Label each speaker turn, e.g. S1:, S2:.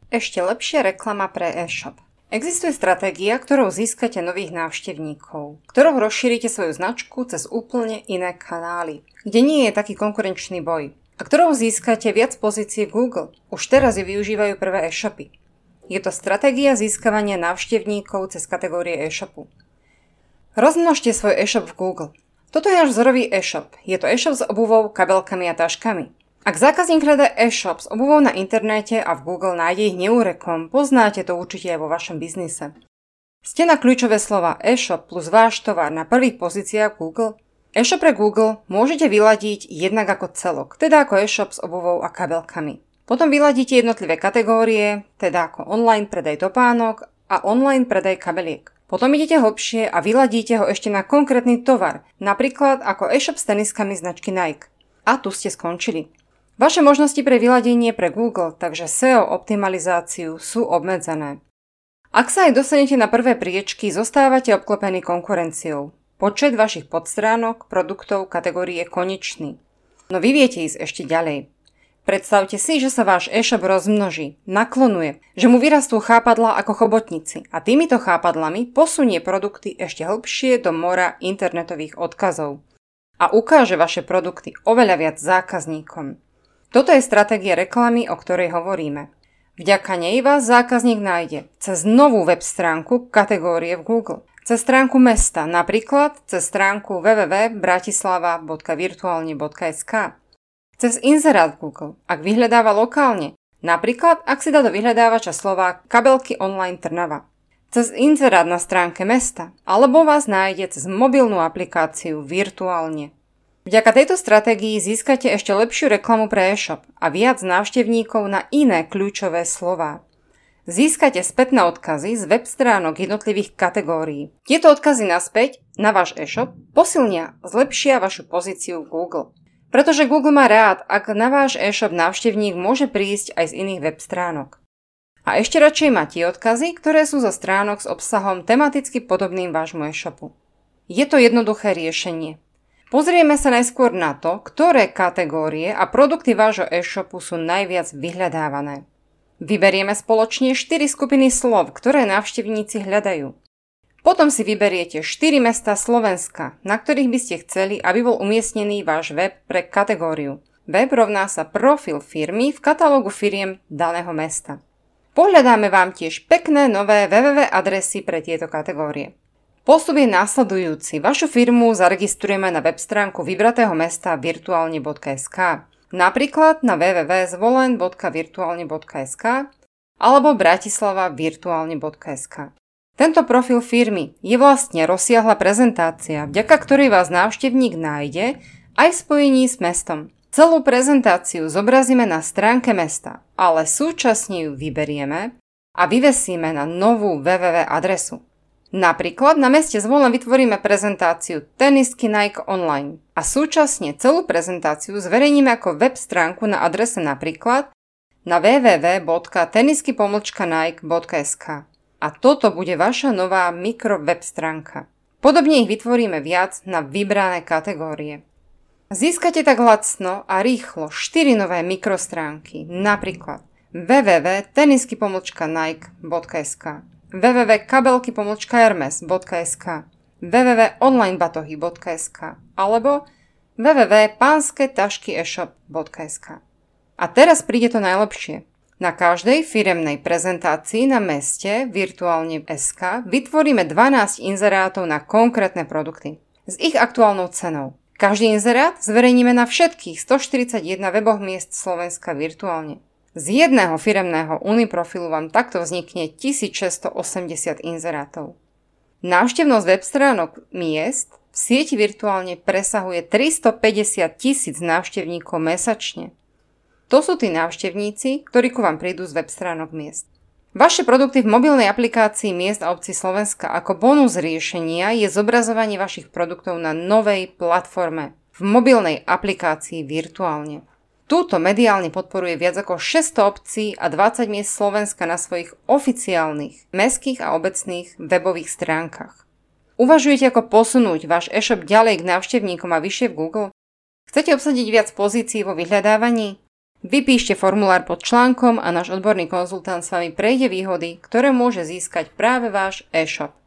S1: Ešte lepšia reklama pre e-shop. Existuje stratégia, ktorou získate nových návštevníkov, ktorou rozšírite svoju značku cez úplne iné kanály, kde nie je taký konkurenčný boj, a ktorou získate viac pozícií v Google. Už teraz ju využívajú prvé e-shopy. Je to stratégia získavania návštevníkov cez kategórie e-shopu. Rozmnožte svoj e-shop v Google. Toto je náš vzorový e-shop. Je to e-shop s obuvou, kabelkami a taškami. Ak zákazník hľadá e-shop s obuvou na internete a v Google nájde ich neúrekom, poznáte to určite aj vo vašom biznise. Ste na kľúčové slova e-shop plus váš tovar na prvých pozíciách Google? E-shop pre Google môžete vyladiť jednak ako celok, teda ako e-shop s obuvou a kabelkami. Potom vyladíte jednotlivé kategórie, teda ako online predaj topánok a online predaj kabeliek. Potom idete hlbšie a vyladíte ho ešte na konkrétny tovar, napríklad ako e-shop s teniskami značky Nike. A tu ste skončili. Vaše možnosti pre vyladenie pre Google, takže SEO optimalizáciu sú obmedzené. Ak sa aj dostanete na prvé priečky, zostávate obklopení konkurenciou. Počet vašich podstránok, produktov, kategórií je konečný. No vy viete ísť ešte ďalej. Predstavte si, že sa váš e-shop rozmnoží, naklonuje, že mu vyrastú chápadlá ako chobotnici a týmito chápadlami posunie produkty ešte hlbšie do mora internetových odkazov a ukáže vaše produkty oveľa viac zákazníkom. Toto je stratégia reklamy, o ktorej hovoríme. Vďaka nej vás zákazník nájde cez novú web stránku kategórie v Google, cez stránku mesta, napríklad cez stránku www.bratislava.virtualne.sk, cez inzerát Google, ak vyhľadáva lokálne, napríklad ak si dá do vyhľadávača slova kabelky online Trnava, cez inzerát na stránke mesta, alebo vás nájde cez mobilnú aplikáciu Virtuálne. Vďaka tejto stratégii získate ešte lepšiu reklamu pre e-shop a viac návštevníkov na iné kľúčové slová. Získate spätné odkazy z web stránok jednotlivých kategórií. Tieto odkazy naspäť na váš e-shop posilnia, zlepšia vašu pozíciu v Google. Pretože Google má rád, ak na váš e-shop návštevník môže prísť aj z iných web stránok. A ešte radšej má tie odkazy, ktoré sú zo stránok s obsahom tematicky podobným vášmu e-shopu. Je to jednoduché riešenie. Pozrieme sa najskôr na to, ktoré kategórie a produkty vášho e-shopu sú najviac vyhľadávané. Vyberieme spoločne 4 skupiny slov, ktoré návštevníci hľadajú. Potom si vyberiete 4 mestá Slovenska, na ktorých by ste chceli, aby bol umiestnený váš web pre kategóriu. Web rovná sa profil firmy v katalógu firiem daného mesta. Pohľadáme vám tiež pekné nové www adresy pre tieto kategórie. Postup je následujúci. Vašu firmu zaregistrujeme na web stránku vybratého mesta virtualne.sk, napríklad na www.zvolen.virtualne.sk alebo bratislava.virtualne.sk. Tento profil firmy je vlastne rozsiahla prezentácia, vďaka ktorej vás návštevník nájde aj v spojení s mestom. Celú prezentáciu zobrazíme na stránke mesta, ale súčasne ju vyberieme a vyvesíme na novú www adresu. Napríklad na meste Zvolen vytvoríme prezentáciu tenisky Nike online a súčasne celú prezentáciu zverejníme ako web stránku na adrese napríklad na www.tenisky-nike.sk. A toto bude vaša nová mikro web stránka. Podobne ich vytvoríme viac na vybrané kategórie. Získate tak lacno a rýchlo 4 nové mikrostránky, napríklad www.tenisky-nike.sk, www.kabelky-hermes.sk, www.onlinebatohy.sk alebo www.pansketaškyeshop.sk. A teraz príde to najlepšie. Na každej firemnej prezentácii na meste Virtuálne.sk vytvoríme 12 inzerátov na konkrétne produkty s ich aktuálnou cenou. Každý inzerát zverejníme na všetkých 141 weboch miest Slovenska virtuálne. Z jedného firemného uniprofilu vám takto vznikne 1680 inzerátov. Návštevnosť web stránok miest v sieti Virtuálne presahuje 350 000 návštevníkov mesačne. To sú tí návštevníci, ktorí ku vám prídu z web stránok miest. Vaše produkty v mobilnej aplikácii miest a obcí Slovenska ako bonus riešenia je zobrazovanie vašich produktov na novej platforme v mobilnej aplikácii Virtuálne. Túto mediálne podporuje viac ako 600 obcí a 20 miest Slovenska na svojich oficiálnych, mestských a obecných webových stránkach. Uvažujete, ako posunúť váš e-shop ďalej k návštevníkom a vyššie v Google? Chcete obsadiť viac pozícií vo vyhľadávaní? Vypíšte formulár pod článkom a náš odborný konzultant s vami prejde výhody, ktoré môže získať práve váš e-shop.